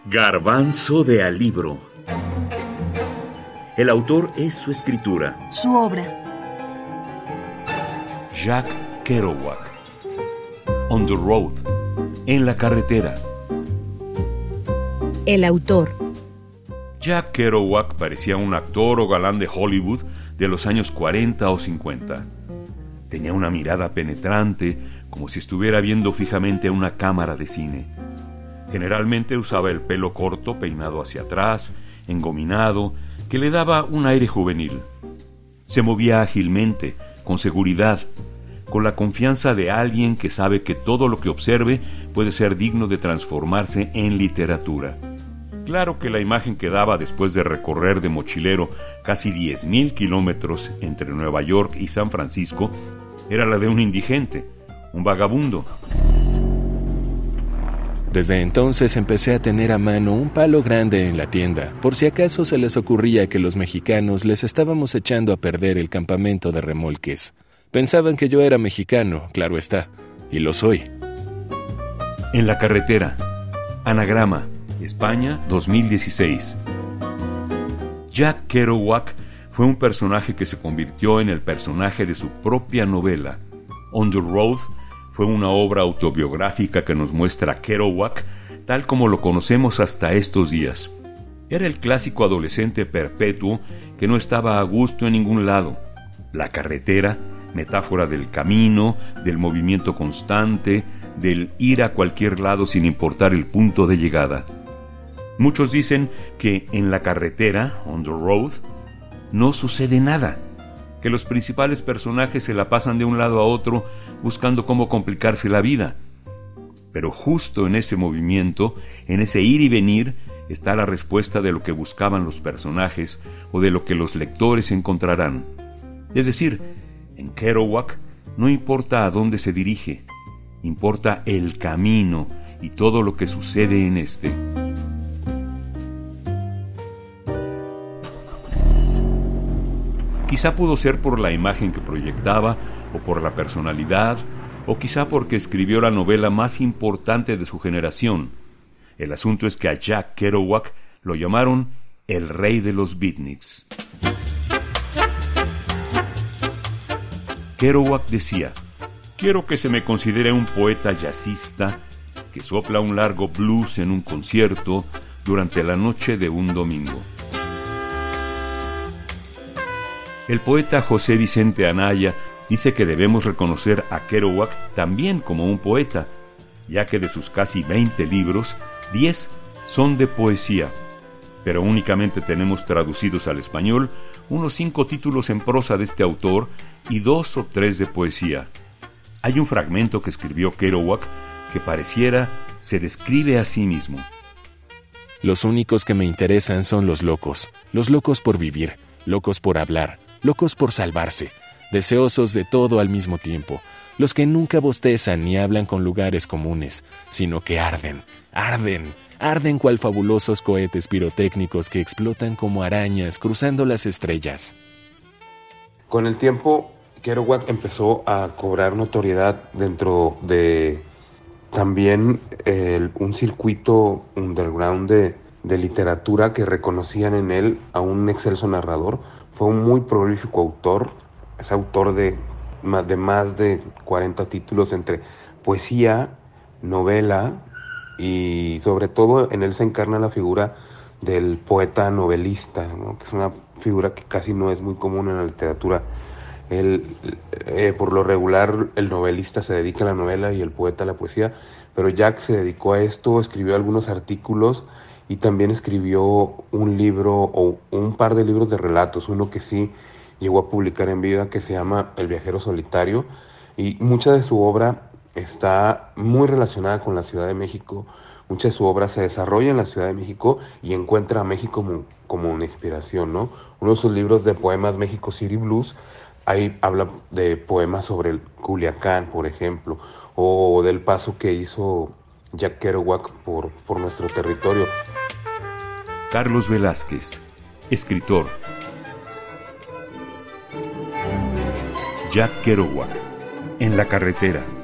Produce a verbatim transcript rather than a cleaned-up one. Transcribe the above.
Garbanzo de Alibro. El autor es su escritura. Su obra. Jack Kerouac. On the Road. En la carretera. El autor. Jack Kerouac parecía un actor o galán de Hollywood de los años cuarenta o cincuenta. Tenía una mirada penetrante, como si estuviera viendo fijamente a una cámara de cine. Generalmente usaba el pelo corto, peinado hacia atrás, engominado, que le daba un aire juvenil. Se movía ágilmente, con seguridad, con la confianza de alguien que sabe que todo lo que observe puede ser digno de transformarse en literatura. Claro que la imagen que daba después de recorrer de mochilero casi diez mil kilómetros entre Nueva York y San Francisco era la de un indigente, un vagabundo. Desde entonces empecé a tener a mano un palo grande en la tienda, por si acaso se les ocurría que los mexicanos les estábamos echando a perder el campamento de remolques. Pensaban que yo era mexicano, claro está, y lo soy. En la carretera. Anagrama. España, dos mil dieciséis. Jack Kerouac fue un personaje que se convirtió en el personaje de su propia novela. On the Road fue una obra autobiográfica que nos muestra a Kerouac tal como lo conocemos hasta estos días. Era el clásico adolescente perpetuo que no estaba a gusto en ningún lado. La carretera, metáfora del camino, del movimiento constante, del ir a cualquier lado sin importar el punto de llegada. Muchos dicen que en la carretera, on the road, no sucede nada, que los principales personajes se la pasan de un lado a otro buscando cómo complicarse la vida. Pero justo en ese movimiento, en ese ir y venir, está la respuesta de lo que buscaban los personajes o de lo que los lectores encontrarán. Es decir, en Kerouac no importa a dónde se dirige, importa el camino y todo lo que sucede en este. Quizá pudo ser por la imagen que proyectaba, o por la personalidad, o quizá porque escribió la novela más importante de su generación. El asunto es que a Jack Kerouac lo llamaron el rey de los beatniks. Kerouac decía: quiero que se me considere un poeta jazzista que sopla un largo blues en un concierto durante la noche de un domingo. El poeta José Vicente Anaya dice que debemos reconocer a Kerouac también como un poeta, ya que de sus casi veinte libros, diez son de poesía, pero únicamente tenemos traducidos al español unos cinco títulos en prosa de este autor y dos o tres de poesía. Hay un fragmento que escribió Kerouac que pareciera se describe a sí mismo. Los únicos que me interesan son los locos, los locos por vivir, locos por hablar, locos por salvarse, deseosos de todo al mismo tiempo, los que nunca bostezan ni hablan con lugares comunes, sino que arden, arden, arden cual fabulosos cohetes pirotécnicos que explotan como arañas cruzando las estrellas. Con el tiempo, Kerouac empezó a cobrar notoriedad dentro de también eh, un circuito underground de, de literatura que reconocían en él a un excelso narrador. Fue un muy prolífico autor, es autor de, de más de cuarenta títulos entre poesía, novela y sobre todo en él se encarna la figura del poeta novelista, ¿no? Que es una figura que casi no es muy común en la literatura. Él, eh, por lo regular el novelista se dedica a la novela y el poeta a la poesía, pero Jack se dedicó a esto, escribió algunos artículos y también escribió un libro o un par de libros de relatos, uno que sí llegó a publicar en vida que se llama El viajero solitario, y mucha de su obra está muy relacionada con la Ciudad de México. Mucha de su obra se desarrolla en la Ciudad de México y encuentra a México como, como una inspiración, ¿no? Uno de sus libros de poemas, México City Blues, ahí habla de poemas sobre el Culiacán, por ejemplo, o del paso que hizo Jack Kerouac por, por nuestro territorio. Carlos Velázquez, escritor. Jack Kerouac, En la carretera.